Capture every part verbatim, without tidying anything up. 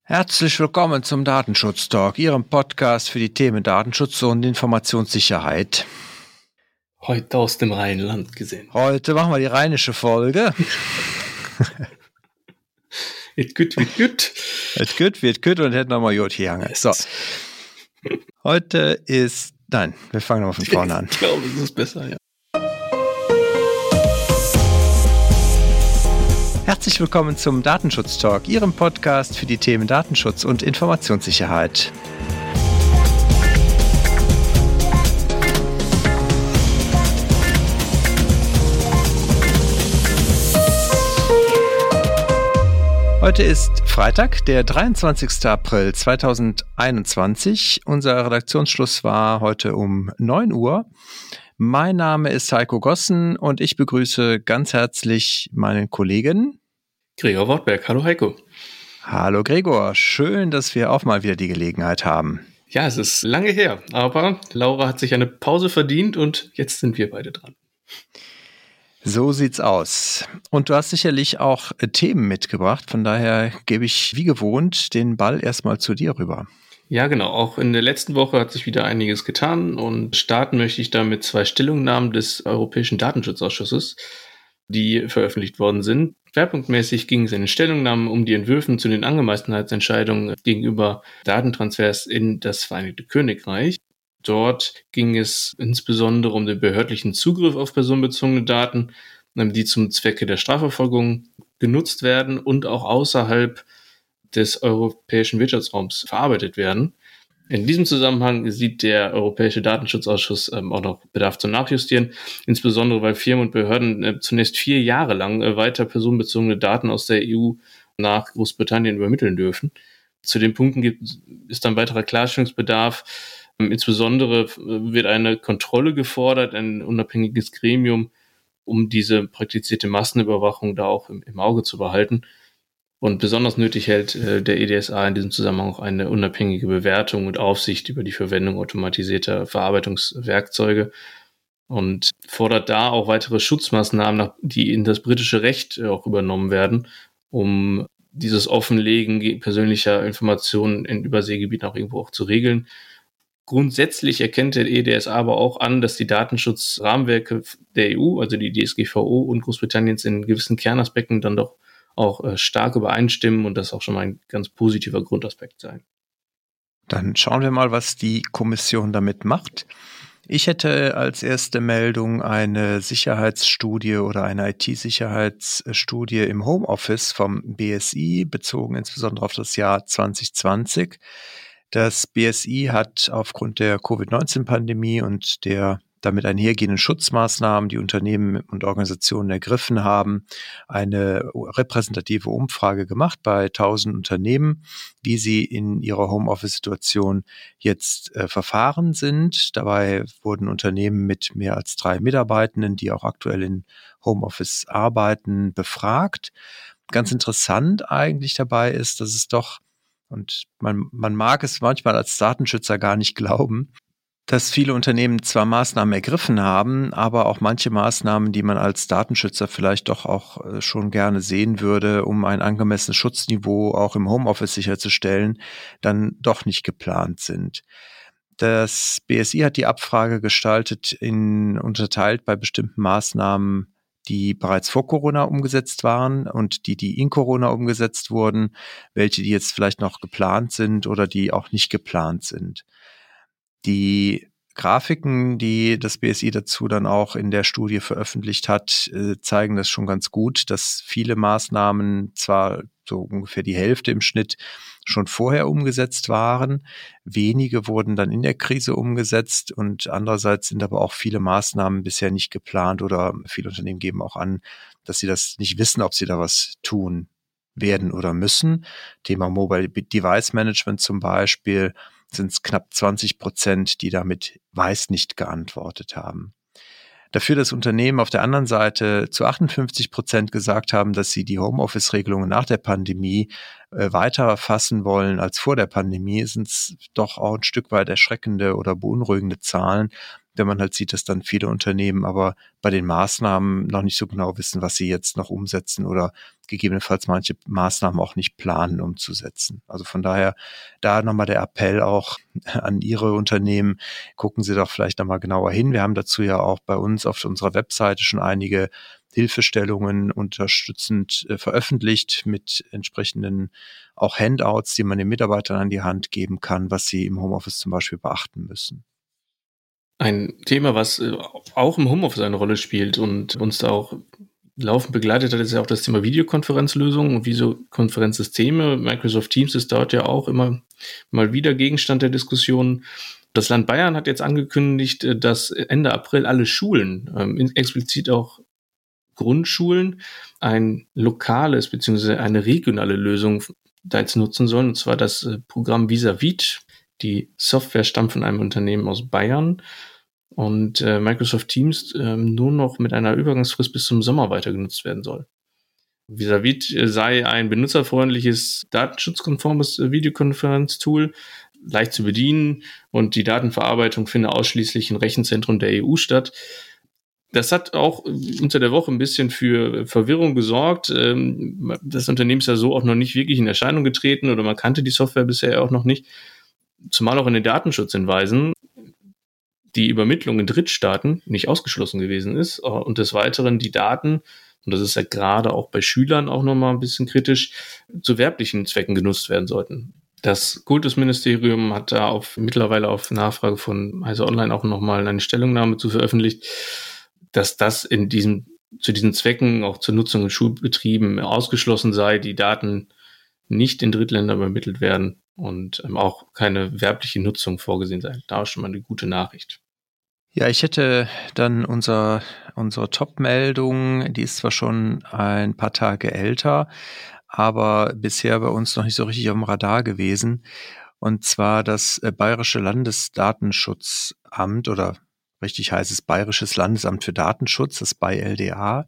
Herzlich willkommen zum Datenschutz-Talk, Ihrem Podcast für die Themen Datenschutz und Informationssicherheit. Heute aus dem Rheinland gesehen. Heute machen wir die rheinische Folge. It gut, wird gut. It gut, wird gut und hätten nochmal Jod hier hangen. So. Heute ist, nein, wir fangen nochmal von vorne an. Ich glaube, das ist besser, ja. Herzlich willkommen zum Datenschutz-Talk, Ihrem Podcast für die Themen Datenschutz und Informationssicherheit. Heute ist Freitag, der dreiundzwanzigster April zweitausendeinundzwanzig. Unser Redaktionsschluss war heute um neun Uhr. Mein Name ist Heiko Gossen und ich begrüße ganz herzlich meinen Kollegen Gregor Wortberg. Hallo Heiko. Hallo Gregor, schön, dass wir auch mal wieder die Gelegenheit haben. Ja, es ist lange her, aber Laura hat sich eine Pause verdient und jetzt sind wir beide dran. So sieht's aus. Und du hast sicherlich auch Themen mitgebracht, von daher gebe ich wie gewohnt den Ball erstmal zu dir rüber. Ja, genau. Auch in der letzten Woche hat sich wieder einiges getan und starten möchte ich da mit zwei Stellungnahmen des Europäischen Datenschutzausschusses, die veröffentlicht worden sind. Schwerpunktmäßig ging es in den Stellungnahmen um die Entwürfe zu den Angemessenheitsentscheidungen gegenüber Datentransfers in das Vereinigte Königreich. Dort ging es insbesondere um den behördlichen Zugriff auf personenbezogene Daten, die zum Zwecke der Strafverfolgung genutzt werden und auch außerhalb des europäischen Wirtschaftsraums verarbeitet werden. In diesem Zusammenhang sieht der Europäische Datenschutzausschuss ähm, auch noch Bedarf zum Nachjustieren, insbesondere weil Firmen und Behörden äh, zunächst vier Jahre lang äh, weiter personenbezogene Daten aus der E U nach Großbritannien übermitteln dürfen. Zu den Punkten gibt, ist dann weiterer Klarstellungsbedarf. Ähm, insbesondere äh, wird eine Kontrolle gefordert, ein unabhängiges Gremium, um diese praktizierte Massenüberwachung da auch im, im Auge zu behalten. Und besonders nötig hält äh, der E D S A in diesem Zusammenhang auch eine unabhängige Bewertung und Aufsicht über die Verwendung automatisierter Verarbeitungswerkzeuge und fordert da auch weitere Schutzmaßnahmen, die in das britische Recht äh, auch übernommen werden, um dieses Offenlegen persönlicher Informationen in Überseegebieten auch irgendwo auch zu regeln. Grundsätzlich erkennt der E D S A aber auch an, dass die Datenschutzrahmenwerke der E U, also die D S G V O und Großbritanniens in gewissen Kernaspekten dann doch auch äh, stark übereinstimmen und das auch schon mal ein ganz positiver Grundaspekt sein. Dann schauen wir mal, was die Kommission damit macht. Ich hätte als erste Meldung eine Sicherheitsstudie oder eine I T-Sicherheitsstudie im Homeoffice vom B S I, bezogen insbesondere auf das Jahr zwanzig zwanzig. Das B S I hat aufgrund der Covid neunzehn Pandemie und der damit einhergehenden Schutzmaßnahmen, die Unternehmen und Organisationen ergriffen haben, eine repräsentative Umfrage gemacht bei tausend Unternehmen, wie sie in ihrer Homeoffice-Situation jetzt äh, verfahren sind. Dabei wurden Unternehmen mit mehr als drei Mitarbeitenden, die auch aktuell in Homeoffice arbeiten, befragt. Ganz interessant eigentlich dabei ist, dass es doch, und man, man mag es manchmal als Datenschützer gar nicht glauben, dass viele Unternehmen zwar Maßnahmen ergriffen haben, aber auch manche Maßnahmen, die man als Datenschützer vielleicht doch auch schon gerne sehen würde, um ein angemessenes Schutzniveau auch im Homeoffice sicherzustellen, dann doch nicht geplant sind. Das B S I hat die Abfrage gestaltet, in, unterteilt bei bestimmten Maßnahmen, die bereits vor Corona umgesetzt waren und die, die in Corona umgesetzt wurden, welche die jetzt vielleicht noch geplant sind oder die auch nicht geplant sind. Die Grafiken, die das B S I dazu dann auch in der Studie veröffentlicht hat, zeigen das schon ganz gut, dass viele Maßnahmen, zwar so ungefähr die Hälfte im Schnitt, schon vorher umgesetzt waren. Wenige wurden dann in der Krise umgesetzt und andererseits sind aber auch viele Maßnahmen bisher nicht geplant oder viele Unternehmen geben auch an, dass sie das nicht wissen, ob sie da was tun werden oder müssen. Thema Mobile Device Management zum Beispiel, sind es knapp zwanzig Prozent, die damit weiß nicht geantwortet haben. Dafür das Unternehmen auf der anderen Seite zu achtundfünfzig Prozent gesagt haben, dass sie die Homeoffice-Regelungen nach der Pandemie äh, weiter fassen wollen als vor der Pandemie, sind es doch auch ein Stück weit erschreckende oder beunruhigende Zahlen. wenn man halt sieht, dass dann viele Unternehmen aber bei den Maßnahmen noch nicht so genau wissen, was sie jetzt noch umsetzen oder gegebenenfalls manche Maßnahmen auch nicht planen umzusetzen. Also von daher da nochmal der Appell auch an Ihre Unternehmen, gucken Sie doch vielleicht nochmal genauer hin. Wir haben dazu ja auch bei uns auf unserer Webseite schon einige Hilfestellungen unterstützend äh, veröffentlicht mit entsprechenden auch Handouts, die man den Mitarbeitern an die Hand geben kann, was sie im Homeoffice zum Beispiel beachten müssen. Ein Thema, was äh, auch im Homeoffice eine Rolle spielt und uns da auch laufend begleitet hat, ist ja auch das Thema Videokonferenzlösungen und Videokonferenzsysteme. Microsoft Teams ist dort ja auch immer mal wieder Gegenstand der Diskussion. Das Land Bayern hat jetzt angekündigt, äh, dass Ende April alle Schulen, ähm, explizit auch Grundschulen, ein lokales bzw. eine regionale Lösung da jetzt nutzen sollen, und zwar das äh, Programm Visavit. Die Software stammt von einem Unternehmen aus Bayern und äh, Microsoft Teams äh, nur noch mit einer Übergangsfrist bis zum Sommer weiter genutzt werden soll. Visavit äh, sei ein benutzerfreundliches, datenschutzkonformes äh, Videokonferenztool, leicht zu bedienen, und die Datenverarbeitung finde ausschließlich im Rechenzentrum der E U statt. Das hat auch unter der Woche ein bisschen für Verwirrung gesorgt. Das Unternehmen ist ja so auch noch nicht wirklich in Erscheinung getreten oder man kannte die Software bisher auch noch nicht. Zumal auch in den Datenschutzhinweisen die Übermittlung in Drittstaaten nicht ausgeschlossen gewesen ist und des Weiteren die Daten, und das ist ja gerade auch bei Schülern auch nochmal ein bisschen kritisch, zu werblichen Zwecken genutzt werden sollten. Das Kultusministerium hat da auf, mittlerweile auf Nachfrage von Heise Online auch nochmal eine Stellungnahme zu veröffentlicht, dass das in diesem, zu diesen Zwecken auch zur Nutzung in Schulbetrieben ausgeschlossen sei, die Daten nicht in Drittländer übermittelt werden und ähm, auch keine werbliche Nutzung vorgesehen sei. Da ist schon mal eine gute Nachricht. Ja, ich hätte dann unser, unsere Top-Meldung, die ist zwar schon ein paar Tage älter, aber bisher bei uns noch nicht so richtig auf dem Radar gewesen. Und zwar das Bayerische Landesdatenschutzamt, oder richtig heißt es Bayerisches Landesamt für Datenschutz, das B A I L D A,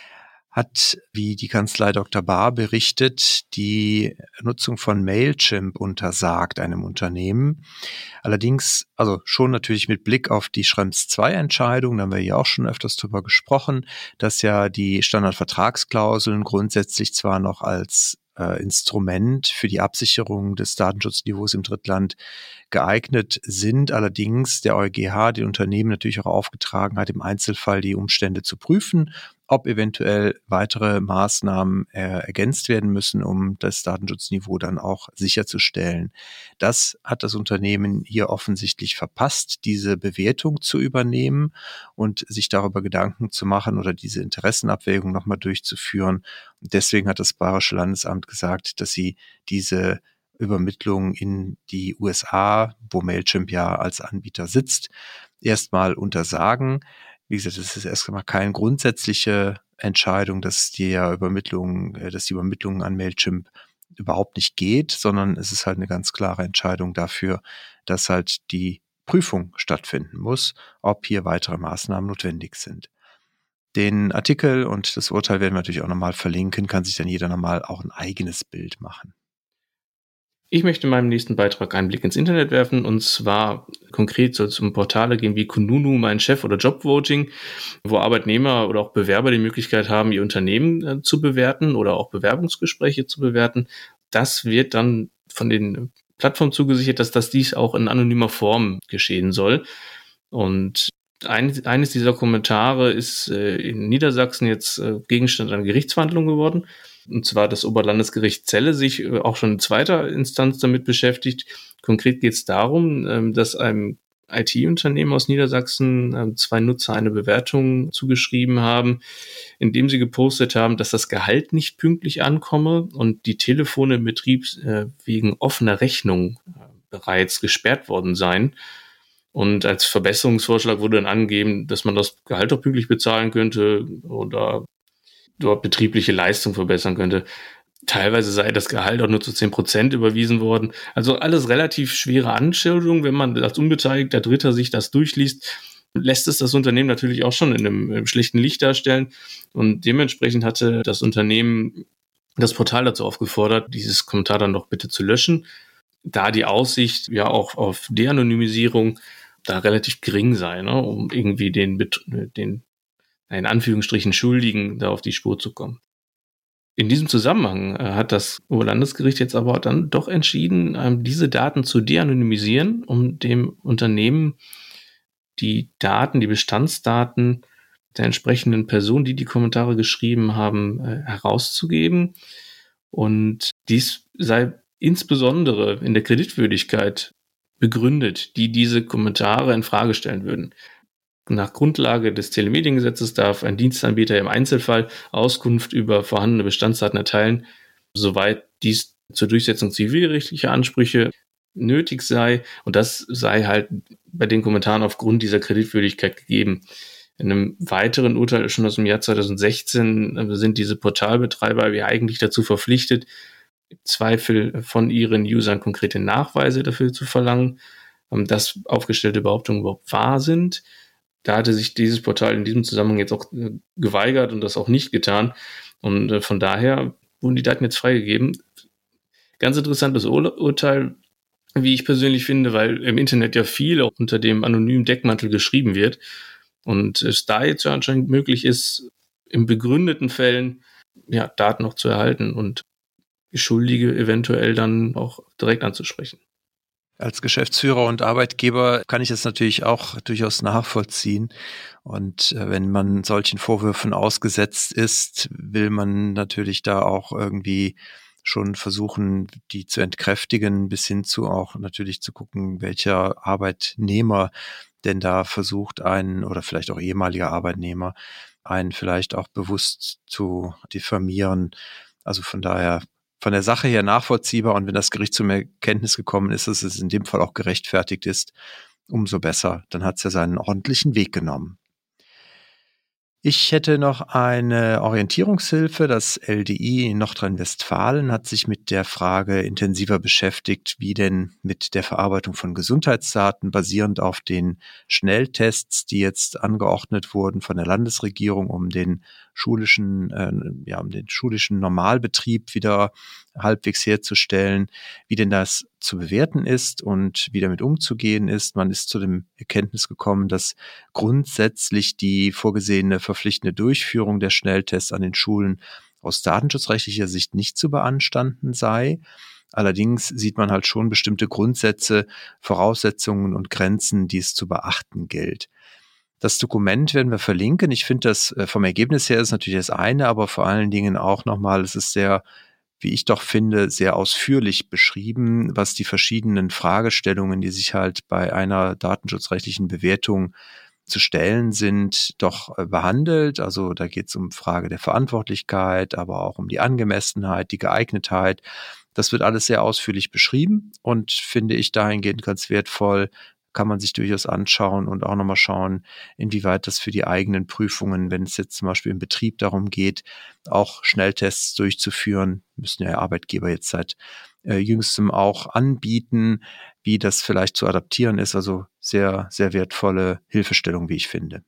hat, wie die Kanzlei Doktor Bahr berichtet, die Nutzung von Mailchimp untersagt einem Unternehmen. Allerdings, also schon natürlich mit Blick auf die Schrems zwei Entscheidung, da haben wir ja auch schon öfters drüber gesprochen, dass ja die Standardvertragsklauseln grundsätzlich zwar noch als äh, Instrument für die Absicherung des Datenschutzniveaus im Drittland geeignet sind, allerdings der EuGH den Unternehmen natürlich auch aufgetragen hat, im Einzelfall die Umstände zu prüfen, ob eventuell weitere Maßnahmen äh, ergänzt werden müssen, um das Datenschutzniveau dann auch sicherzustellen. Das hat das Unternehmen hier offensichtlich verpasst, diese Bewertung zu übernehmen und sich darüber Gedanken zu machen oder diese Interessenabwägung nochmal durchzuführen. Und deswegen hat das Bayerische Landesamt gesagt, dass sie diese Übermittlung in die U S A, wo Mailchimp ja als Anbieter sitzt, erstmal untersagen. Wie gesagt, es ist erstmal keine grundsätzliche Entscheidung, dass die Übermittlung, dass die Übermittlung an Mailchimp überhaupt nicht geht, sondern es ist halt eine ganz klare Entscheidung dafür, dass halt die Prüfung stattfinden muss, ob hier weitere Maßnahmen notwendig sind. Den Artikel und das Urteil werden wir natürlich auch nochmal verlinken, kann sich dann jeder nochmal auch ein eigenes Bild machen. Ich möchte in meinem nächsten Beitrag einen Blick ins Internet werfen, und zwar konkret soll es um Portale gehen wie Kununu, Mein Chef oder Jobvoting, wo Arbeitnehmer oder auch Bewerber die Möglichkeit haben, ihr Unternehmen äh, zu bewerten oder auch Bewerbungsgespräche zu bewerten. Das wird dann von den Plattformen zugesichert, dass das dies auch in anonymer Form geschehen soll. Und ein, eines dieser Kommentare ist äh, in Niedersachsen jetzt äh, Gegenstand einer Gerichtsverhandlung geworden. Und zwar das Oberlandesgericht Celle sich auch schon in zweiter Instanz damit beschäftigt. Konkret geht es darum, dass einem I T-Unternehmen aus Niedersachsen zwei Nutzer eine Bewertung zugeschrieben haben, indem sie gepostet haben, dass das Gehalt nicht pünktlich ankomme und die Telefone im Betrieb wegen offener Rechnung bereits gesperrt worden seien. Und als Verbesserungsvorschlag wurde dann angegeben, dass man das Gehalt auch pünktlich bezahlen könnte oder dort betriebliche Leistung verbessern könnte. Teilweise sei das Gehalt auch nur zu zehn Prozent überwiesen worden. Also alles relativ schwere Anschilderungen. Wenn man als unbeteiligter Dritter sich das durchliest, lässt es das Unternehmen natürlich auch schon in einem, einem schlechten Licht darstellen. Und dementsprechend hatte das Unternehmen das Portal dazu aufgefordert, dieses Kommentar dann doch bitte zu löschen, da die Aussicht ja auch auf De-Anonymisierung da relativ gering sei, ne, um irgendwie den, den in Anführungsstrichen Schuldigen da auf die Spur zu kommen. In diesem Zusammenhang äh, hat das Oberlandesgericht jetzt aber dann doch entschieden, ähm, diese Daten zu de-anonymisieren, um dem Unternehmen die Daten, die Bestandsdaten der entsprechenden Person, die die Kommentare geschrieben haben, äh, herauszugeben. Und dies sei insbesondere in der Kreditwürdigkeit begründet, die diese Kommentare in Frage stellen würden. Nach Grundlage des Telemediengesetzes darf ein Dienstanbieter im Einzelfall Auskunft über vorhandene Bestandsdaten erteilen, soweit dies zur Durchsetzung zivilrechtlicher Ansprüche nötig sei. Und das sei halt bei den Kommentaren aufgrund dieser Kreditwürdigkeit gegeben. In einem weiteren Urteil schon aus dem Jahr zweitausendsechzehn sind diese Portalbetreiber ja eigentlich dazu verpflichtet, im Zweifel von ihren Usern konkrete Nachweise dafür zu verlangen, dass aufgestellte Behauptungen überhaupt wahr sind. Da hatte sich dieses Portal in diesem Zusammenhang jetzt auch geweigert und das auch nicht getan. Und von daher wurden die Daten jetzt freigegeben. Ganz interessantes Ur- Urteil, wie ich persönlich finde, weil im Internet ja viel auch unter dem anonymen Deckmantel geschrieben wird. Und es da jetzt ja anscheinend möglich ist, in begründeten Fällen ja, Daten noch zu erhalten und Schuldige eventuell dann auch direkt anzusprechen. Als Geschäftsführer und Arbeitgeber kann ich das natürlich auch durchaus nachvollziehen. Und wenn man solchen Vorwürfen ausgesetzt ist, will man natürlich da auch irgendwie schon versuchen, die zu entkräftigen, bis hin zu auch natürlich zu gucken, welcher Arbeitnehmer denn da versucht, einen oder vielleicht auch ehemaliger Arbeitnehmer, einen vielleicht auch bewusst zu diffamieren. Also von daher von der Sache her nachvollziehbar, und wenn das Gericht zur Erkenntnis gekommen ist, dass es in dem Fall auch gerechtfertigt ist, umso besser. Dann hat es ja seinen ordentlichen Weg genommen. Ich hätte noch eine Orientierungshilfe. Das L D I in Nordrhein-Westfalen hat sich mit der Frage intensiver beschäftigt, wie denn mit der Verarbeitung von Gesundheitsdaten basierend auf den Schnelltests, die jetzt angeordnet wurden von der Landesregierung, um den schulischen, äh, ja, um den schulischen Normalbetrieb wieder halbwegs herzustellen, wie denn das zu bewerten ist und wie damit umzugehen ist. Man ist zu dem Erkenntnis gekommen, dass grundsätzlich die vorgesehene verpflichtende Durchführung der Schnelltests an den Schulen aus datenschutzrechtlicher Sicht nicht zu beanstanden sei. Allerdings sieht man halt schon bestimmte Grundsätze, Voraussetzungen und Grenzen, die es zu beachten gilt. Das Dokument werden wir verlinken. Ich finde, das vom Ergebnis her ist natürlich das eine, aber vor allen Dingen auch nochmal, es ist sehr, wie ich doch finde, sehr ausführlich beschrieben, was die verschiedenen Fragestellungen, die sich halt bei einer datenschutzrechtlichen Bewertung zu stellen sind, doch behandelt. Also da geht es um Frage der Verantwortlichkeit, aber auch um die Angemessenheit, die Geeignetheit. Das wird alles sehr ausführlich beschrieben und finde ich dahingehend ganz wertvoll. Kann man sich durchaus anschauen und auch nochmal schauen, inwieweit das für die eigenen Prüfungen, wenn es jetzt zum Beispiel im Betrieb darum geht, auch Schnelltests durchzuführen, müssen ja Arbeitgeber jetzt seit äh, jüngstem auch anbieten, wie das vielleicht zu adaptieren ist. Also sehr, sehr wertvolle Hilfestellung, wie ich finde.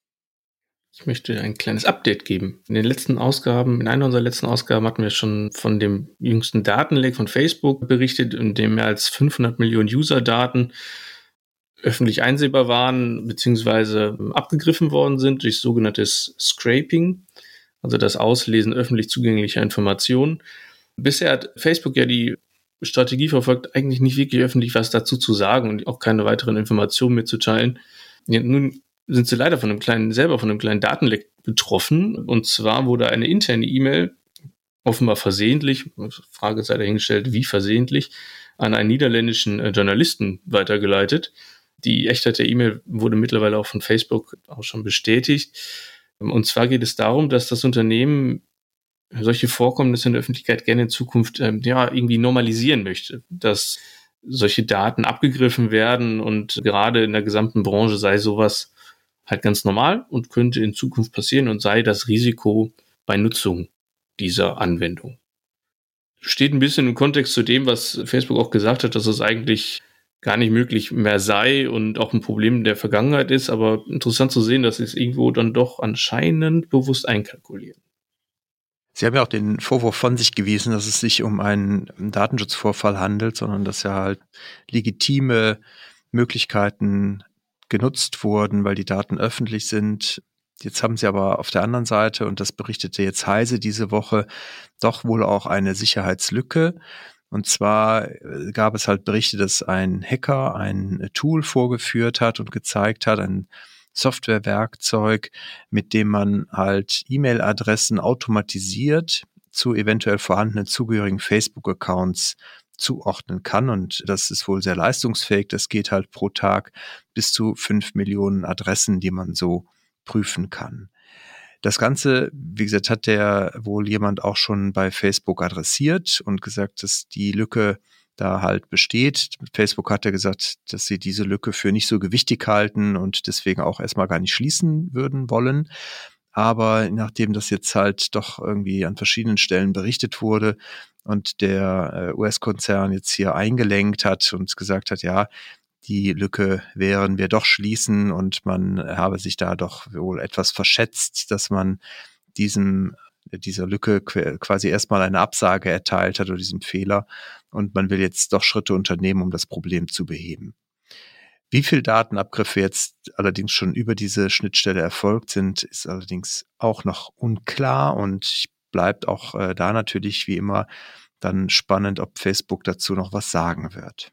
Ich möchte ein kleines Update geben. In den letzten Ausgaben, in einer unserer letzten Ausgaben hatten wir schon von dem jüngsten Datenleck von Facebook berichtet, in dem mehr als fünfhundert Millionen User-Daten öffentlich einsehbar waren beziehungsweise abgegriffen worden sind durch sogenanntes Scraping, also das Auslesen öffentlich zugänglicher Informationen. Bisher hat Facebook ja die Strategie verfolgt, eigentlich nicht wirklich öffentlich was dazu zu sagen und auch keine weiteren Informationen mitzuteilen. Ja, nun sind sie leider von einem kleinen, selber von einem kleinen Datenleck betroffen. Und zwar wurde eine interne E-Mail offenbar versehentlich, Frage sei dahingestellt, wie versehentlich, an einen niederländischen Journalisten weitergeleitet. Die Echtheit der E-Mail wurde mittlerweile auch von Facebook auch schon bestätigt. Und zwar geht es darum, dass das Unternehmen solche Vorkommnisse in der Öffentlichkeit gerne in Zukunft ähm, ja irgendwie normalisieren möchte, dass solche Daten abgegriffen werden und gerade in der gesamten Branche sei sowas halt ganz normal und könnte in Zukunft passieren und sei das Risiko bei Nutzung dieser Anwendung. Steht ein bisschen im Kontext zu dem, was Facebook auch gesagt hat, dass es eigentlich gar nicht möglich mehr sei und auch ein Problem der Vergangenheit ist, aber interessant zu sehen, dass sie es irgendwo dann doch anscheinend bewusst einkalkulieren. Sie haben ja auch den Vorwurf von sich gewiesen, dass es sich um einen Datenschutzvorfall handelt, sondern dass ja halt legitime Möglichkeiten genutzt wurden, weil die Daten öffentlich sind. Jetzt haben sie aber auf der anderen Seite, und das berichtete jetzt Heise diese Woche, doch wohl auch eine Sicherheitslücke. Und zwar gab es halt Berichte, dass ein Hacker ein Tool vorgeführt hat und gezeigt hat, ein Softwarewerkzeug, mit dem man halt E-Mail-Adressen automatisiert zu eventuell vorhandenen zugehörigen Facebook-Accounts zuordnen kann. Und das ist wohl sehr leistungsfähig. Das geht halt pro Tag bis zu fünf Millionen Adressen, die man so prüfen kann. Das Ganze, wie gesagt, hat der wohl jemand auch schon bei Facebook adressiert und gesagt, dass die Lücke da halt besteht. Facebook hat ja gesagt, dass sie diese Lücke für nicht so gewichtig halten und deswegen auch erstmal gar nicht schließen würden wollen. Aber nachdem das jetzt halt doch irgendwie an verschiedenen Stellen berichtet wurde und der U S-Konzern jetzt hier eingelenkt hat und gesagt hat, ja, die Lücke werden wir doch schließen und man habe sich da doch wohl etwas verschätzt, dass man diesem, dieser Lücke quasi erstmal eine Absage erteilt hat oder diesem Fehler und man will jetzt doch Schritte unternehmen, um das Problem zu beheben. Wie viel Datenabgriffe jetzt allerdings schon über diese Schnittstelle erfolgt sind, ist allerdings auch noch unklar und bleibt auch äh, da natürlich wie immer dann spannend, ob Facebook dazu noch was sagen wird.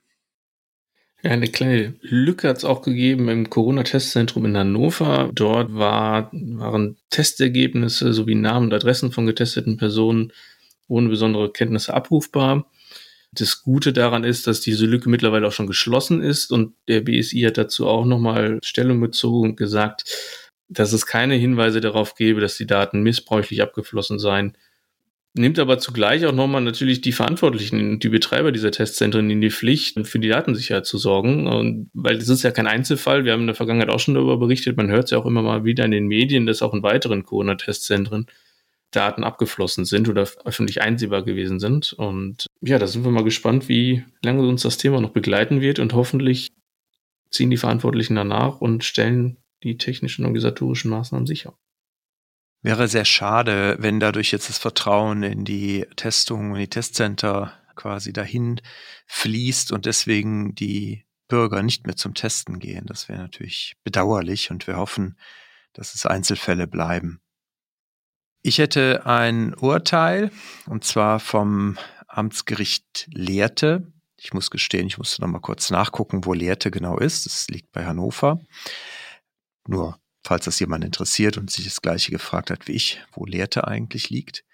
Ja, eine kleine Lücke hat es auch gegeben im Corona-Testzentrum in Hannover. Dort war, waren Testergebnisse sowie Namen und Adressen von getesteten Personen ohne besondere Kenntnisse abrufbar. Das Gute daran ist, dass diese Lücke mittlerweile auch schon geschlossen ist und der B S I hat dazu auch nochmal Stellung bezogen und gesagt, dass es keine Hinweise darauf gebe, dass die Daten missbräuchlich abgeflossen seien. Nimmt aber zugleich auch nochmal natürlich die Verantwortlichen und die Betreiber dieser Testzentren in die Pflicht, für die Datensicherheit zu sorgen. Und weil das ist ja kein Einzelfall, wir haben in der Vergangenheit auch schon darüber berichtet, man hört es ja auch immer mal wieder in den Medien, dass auch in weiteren Corona-Testzentren Daten abgeflossen sind oder öffentlich einsehbar gewesen sind. Und ja, da sind wir mal gespannt, wie lange uns das Thema noch begleiten wird und hoffentlich ziehen die Verantwortlichen danach und stellen die technischen und organisatorischen Maßnahmen sicher. Wäre sehr schade, wenn dadurch jetzt das Vertrauen in die Testung und die Testcenter quasi dahin fließt und deswegen die Bürger nicht mehr zum Testen gehen. Das wäre natürlich bedauerlich und wir hoffen, dass es Einzelfälle bleiben. Ich hätte ein Urteil, und zwar vom Amtsgericht Lehrte. Ich muss gestehen, ich musste noch mal kurz nachgucken, wo Lehrte genau ist. Das liegt bei Hannover. Nur falls das jemand interessiert und sich das Gleiche gefragt hat wie ich, wo Lehrte eigentlich liegt.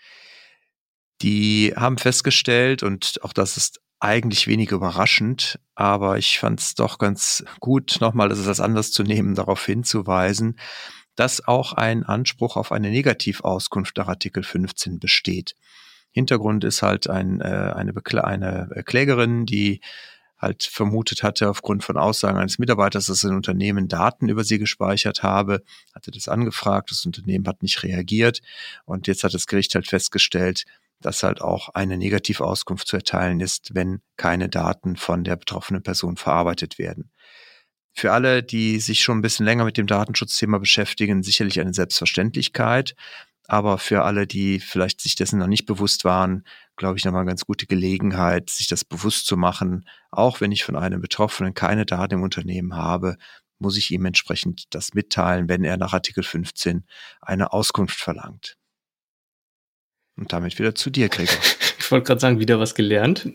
Die haben festgestellt, und auch das ist eigentlich wenig überraschend, aber ich fand es doch ganz gut, nochmal, das ist als Anlass zu nehmen, darauf hinzuweisen, dass auch ein Anspruch auf eine Negativauskunft nach Artikel fünfzehn besteht. Hintergrund ist halt ein, äh, eine, Bekla- eine Klägerin, die halt vermutet hatte, aufgrund von Aussagen eines Mitarbeiters, dass ein Unternehmen Daten über sie gespeichert habe, hatte das angefragt, das Unternehmen hat nicht reagiert und jetzt hat das Gericht halt festgestellt, dass halt auch eine Negativauskunft zu erteilen ist, wenn keine Daten von der betroffenen Person verarbeitet werden. Für alle, die sich schon ein bisschen länger mit dem Datenschutzthema beschäftigen, sicherlich eine Selbstverständlichkeit. Aber für alle, die vielleicht sich dessen noch nicht bewusst waren, glaube ich, nochmal eine ganz gute Gelegenheit, sich das bewusst zu machen. Auch wenn ich von einem Betroffenen keine Daten im Unternehmen habe, muss ich ihm entsprechend das mitteilen, wenn er nach Artikel fünfzehn eine Auskunft verlangt. Und damit wieder zu dir, Gregor. Ich wollte gerade sagen, wieder was gelernt.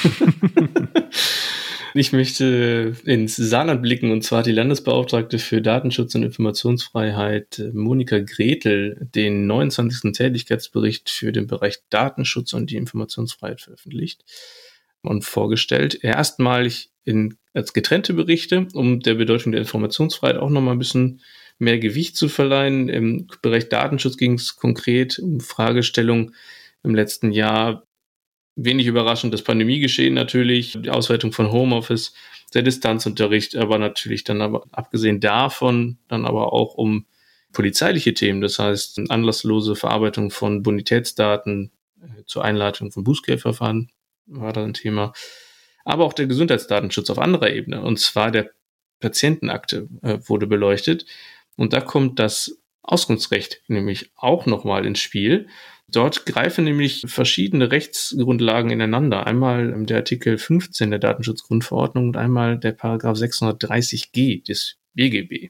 Ich möchte ins Saarland blicken, und zwar hat die Landesbeauftragte für Datenschutz und Informationsfreiheit, Monika Gretel, den neunundzwanzigsten Tätigkeitsbericht für den Bereich Datenschutz und die Informationsfreiheit veröffentlicht und vorgestellt. Erstmalig in, als getrennte Berichte, um der Bedeutung der Informationsfreiheit auch nochmal ein bisschen mehr Gewicht zu verleihen. Im Bereich Datenschutz ging es konkret um Fragestellungen im letzten Jahr. Wenig überraschend, das Pandemiegeschehen natürlich, die Ausweitung von Homeoffice, der Distanzunterricht, aber natürlich dann aber abgesehen davon dann aber auch um polizeiliche Themen, das heißt anlasslose Verarbeitung von Bonitätsdaten äh, zur Einleitung von Bußgeldverfahren war da ein Thema, aber auch der Gesundheitsdatenschutz auf anderer Ebene, und zwar der Patientenakte äh, wurde beleuchtet und da kommt das Auskunftsrecht nämlich auch nochmal ins Spiel. Dort greifen nämlich verschiedene Rechtsgrundlagen ineinander. Einmal der Artikel fünfzehn der Datenschutzgrundverordnung und einmal der Paragraph sechshundertdreißig G des B G B.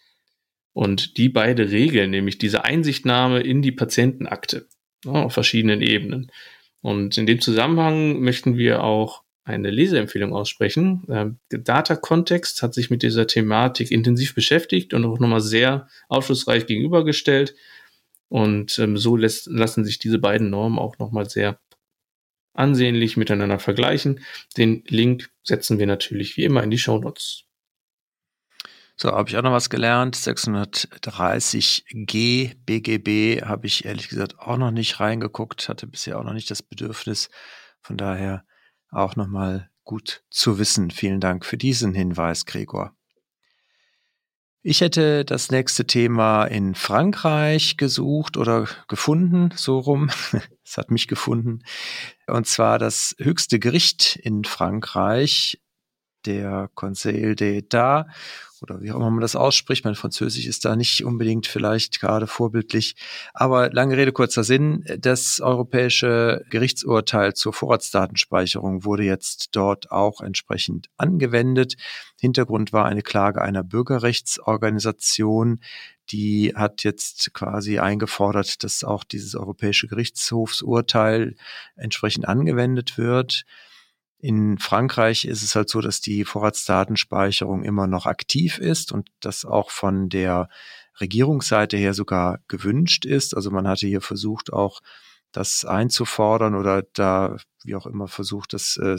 Und die beide regeln nämlich diese Einsichtnahme in die Patientenakte, ja, auf verschiedenen Ebenen. Und in dem Zusammenhang möchten wir auch eine Leseempfehlung aussprechen. Ähm, Data Context hat sich mit dieser Thematik intensiv beschäftigt und auch nochmal sehr aufschlussreich gegenübergestellt. Und ähm, so lässt, lassen sich diese beiden Normen auch nochmal sehr ansehnlich miteinander vergleichen. Den Link setzen wir natürlich wie immer in die Shownotes. So, habe ich auch noch was gelernt. sechshundertdreißig G B G B habe ich ehrlich gesagt auch noch nicht reingeguckt, hatte bisher auch noch nicht das Bedürfnis. Von daher auch nochmal gut zu wissen. Vielen Dank für diesen Hinweis, Gregor. Ich hätte das nächste Thema in Frankreich gesucht oder gefunden, so rum. Es hat mich gefunden. Und zwar das höchste Gericht in Frankreich, der Conseil d'État, oder wie auch immer man das ausspricht. Mein Französisch ist da nicht unbedingt vielleicht gerade vorbildlich. Aber lange Rede, kurzer Sinn. Das europäische Gerichtsurteil zur Vorratsdatenspeicherung wurde jetzt dort auch entsprechend angewendet. Hintergrund war eine Klage einer Bürgerrechtsorganisation, die hat jetzt quasi eingefordert, dass auch dieses europäische Gerichtshofsurteil entsprechend angewendet wird. In Frankreich ist es halt so, dass die Vorratsdatenspeicherung immer noch aktiv ist und das auch von der Regierungsseite her sogar gewünscht ist. Also man hatte hier versucht, auch das einzufordern oder da, wie auch immer, versucht, das, äh,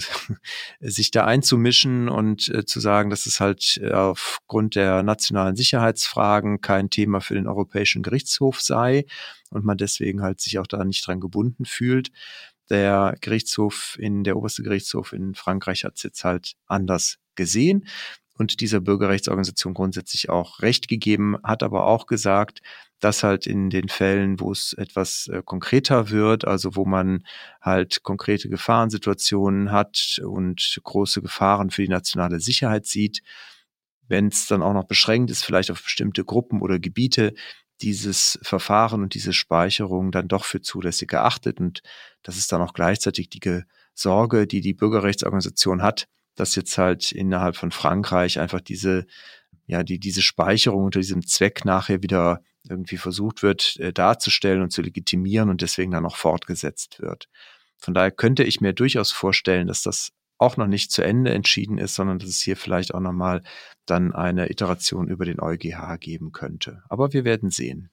sich da einzumischen und äh, zu sagen, dass es halt äh, aufgrund der nationalen Sicherheitsfragen kein Thema für den Europäischen Gerichtshof sei und man deswegen halt sich auch da nicht dran gebunden fühlt. Der Gerichtshof in, der oberste Gerichtshof in Frankreich hat es jetzt halt anders gesehen und dieser Bürgerrechtsorganisation grundsätzlich auch Recht gegeben, hat aber auch gesagt, dass halt in den Fällen, wo es etwas äh, konkreter wird, also wo man halt konkrete Gefahrensituationen hat und große Gefahren für die nationale Sicherheit sieht, wenn es dann auch noch beschränkt ist, vielleicht auf bestimmte Gruppen oder Gebiete, dieses Verfahren und diese Speicherung dann doch für zulässig erachtet. Und das ist dann auch gleichzeitig die Sorge, die die Bürgerrechtsorganisation hat, dass jetzt halt innerhalb von Frankreich einfach diese, ja, die, diese Speicherung unter diesem Zweck nachher wieder irgendwie versucht wird, äh, darzustellen und zu legitimieren und deswegen dann auch fortgesetzt wird. Von daher könnte ich mir durchaus vorstellen, dass das auch noch nicht zu Ende entschieden ist, sondern dass es hier vielleicht auch nochmal dann eine Iteration über den EuGH geben könnte. Aber wir werden sehen.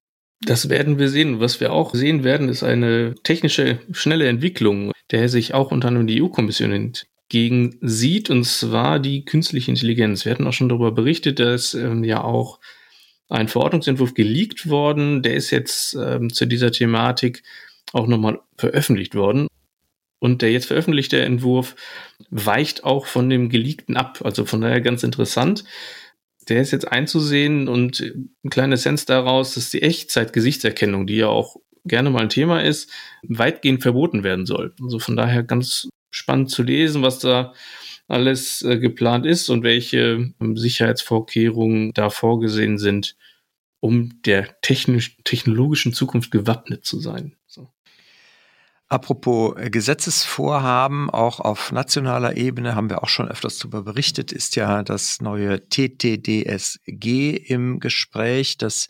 Das werden wir sehen. Was wir auch sehen werden, ist eine technische, schnelle Entwicklung, der sich auch unter anderem die E U-Kommission entgegen sieht, und zwar die künstliche Intelligenz. Wir hatten auch schon darüber berichtet, dass ähm, ja auch ein Verordnungsentwurf geleakt worden. Der ist jetzt ähm, zu dieser Thematik auch nochmal veröffentlicht worden. Und der jetzt veröffentlichte Entwurf weicht auch von dem Geleakten ab. Also von daher ganz interessant. Der ist jetzt einzusehen und ein kleiner Essenz daraus, dass die Echtzeit-Gesichtserkennung, die ja auch gerne mal ein Thema ist, weitgehend verboten werden soll. Also von daher ganz spannend zu lesen, was da alles äh, geplant ist und welche ähm, Sicherheitsvorkehrungen da vorgesehen sind, um der technisch, technologischen Zukunft gewappnet zu sein. So. Apropos Gesetzesvorhaben, auch auf nationaler Ebene haben wir auch schon öfters darüber berichtet, ist ja das neue T T D S G im Gespräch. Das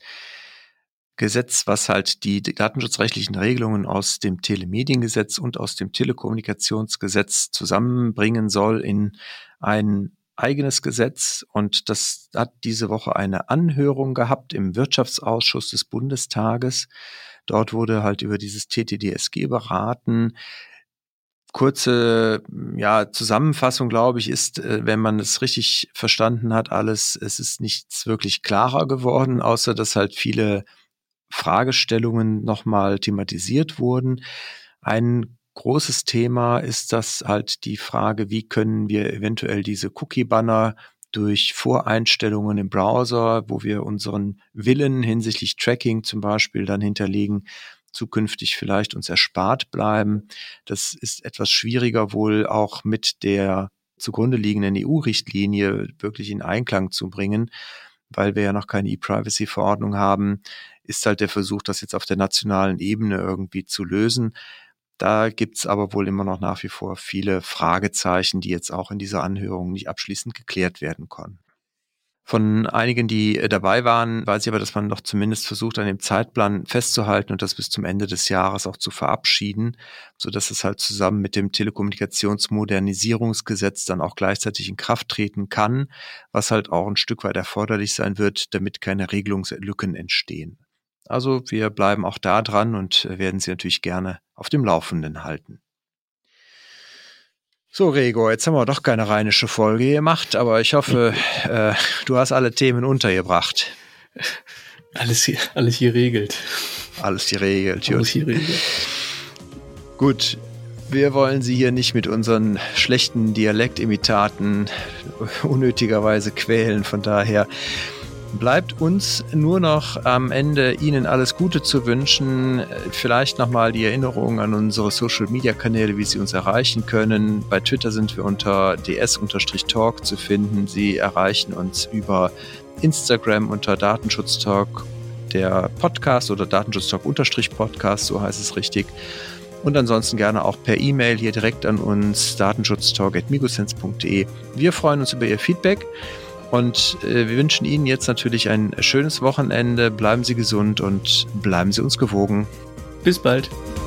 Gesetz, was halt die datenschutzrechtlichen Regelungen aus dem Telemediengesetz und aus dem Telekommunikationsgesetz zusammenbringen soll in ein eigenes Gesetz. Und das hat diese Woche eine Anhörung gehabt im Wirtschaftsausschuss des Bundestages. Dort wurde halt über dieses T T D S G beraten. Kurze ja, Zusammenfassung, glaube ich, ist, wenn man es richtig verstanden hat, alles, es ist nichts wirklich klarer geworden, außer dass halt viele Fragestellungen nochmal thematisiert wurden. Ein großes Thema ist das halt die Frage, wie können wir eventuell diese Cookie-Banner durch Voreinstellungen im Browser, wo wir unseren Willen hinsichtlich Tracking zum Beispiel dann hinterlegen, zukünftig vielleicht uns erspart bleiben. Das ist etwas schwieriger wohl auch mit der zugrunde liegenden E U-Richtlinie wirklich in Einklang zu bringen, weil wir ja noch keine E-Privacy-Verordnung haben, ist halt der Versuch, das jetzt auf der nationalen Ebene irgendwie zu lösen. Da gibt's aber wohl immer noch nach wie vor viele Fragezeichen, die jetzt auch in dieser Anhörung nicht abschließend geklärt werden konnten. Von einigen, die äh, dabei waren, weiß ich aber, dass man doch zumindest versucht, an dem Zeitplan festzuhalten und das bis zum Ende des Jahres auch zu verabschieden, sodass es halt zusammen mit dem Telekommunikationsmodernisierungsgesetz dann auch gleichzeitig in Kraft treten kann, was halt auch ein Stück weit erforderlich sein wird, damit keine Regelungslücken entstehen. Also wir bleiben auch da dran und werden Sie natürlich gerne auf dem Laufenden halten. So, Gregor, jetzt haben wir doch keine rheinische Folge gemacht, aber ich hoffe, äh, du hast alle Themen untergebracht. Alles hier, alles hier regelt. Alles geregelt. Alles hier regelt. Gut, wir wollen Sie hier nicht mit unseren schlechten Dialektimitaten unnötigerweise quälen, von daher bleibt uns nur noch am Ende Ihnen alles Gute zu wünschen. Vielleicht nochmal die Erinnerung an unsere Social-Media-Kanäle, wie Sie uns erreichen können. Bei Twitter sind wir unter d s Talk zu finden. Sie erreichen uns über Instagram unter Datenschutztalk, der Podcast oder Datenschutztalk-Podcast, so heißt es richtig. Und ansonsten gerne auch per E-Mail hier direkt an uns, datenschutztalk at migosense punkt de. Wir freuen uns über Ihr Feedback. Und äh, wir wünschen Ihnen jetzt natürlich ein schönes Wochenende. Bleiben Sie gesund und bleiben Sie uns gewogen. Bis bald.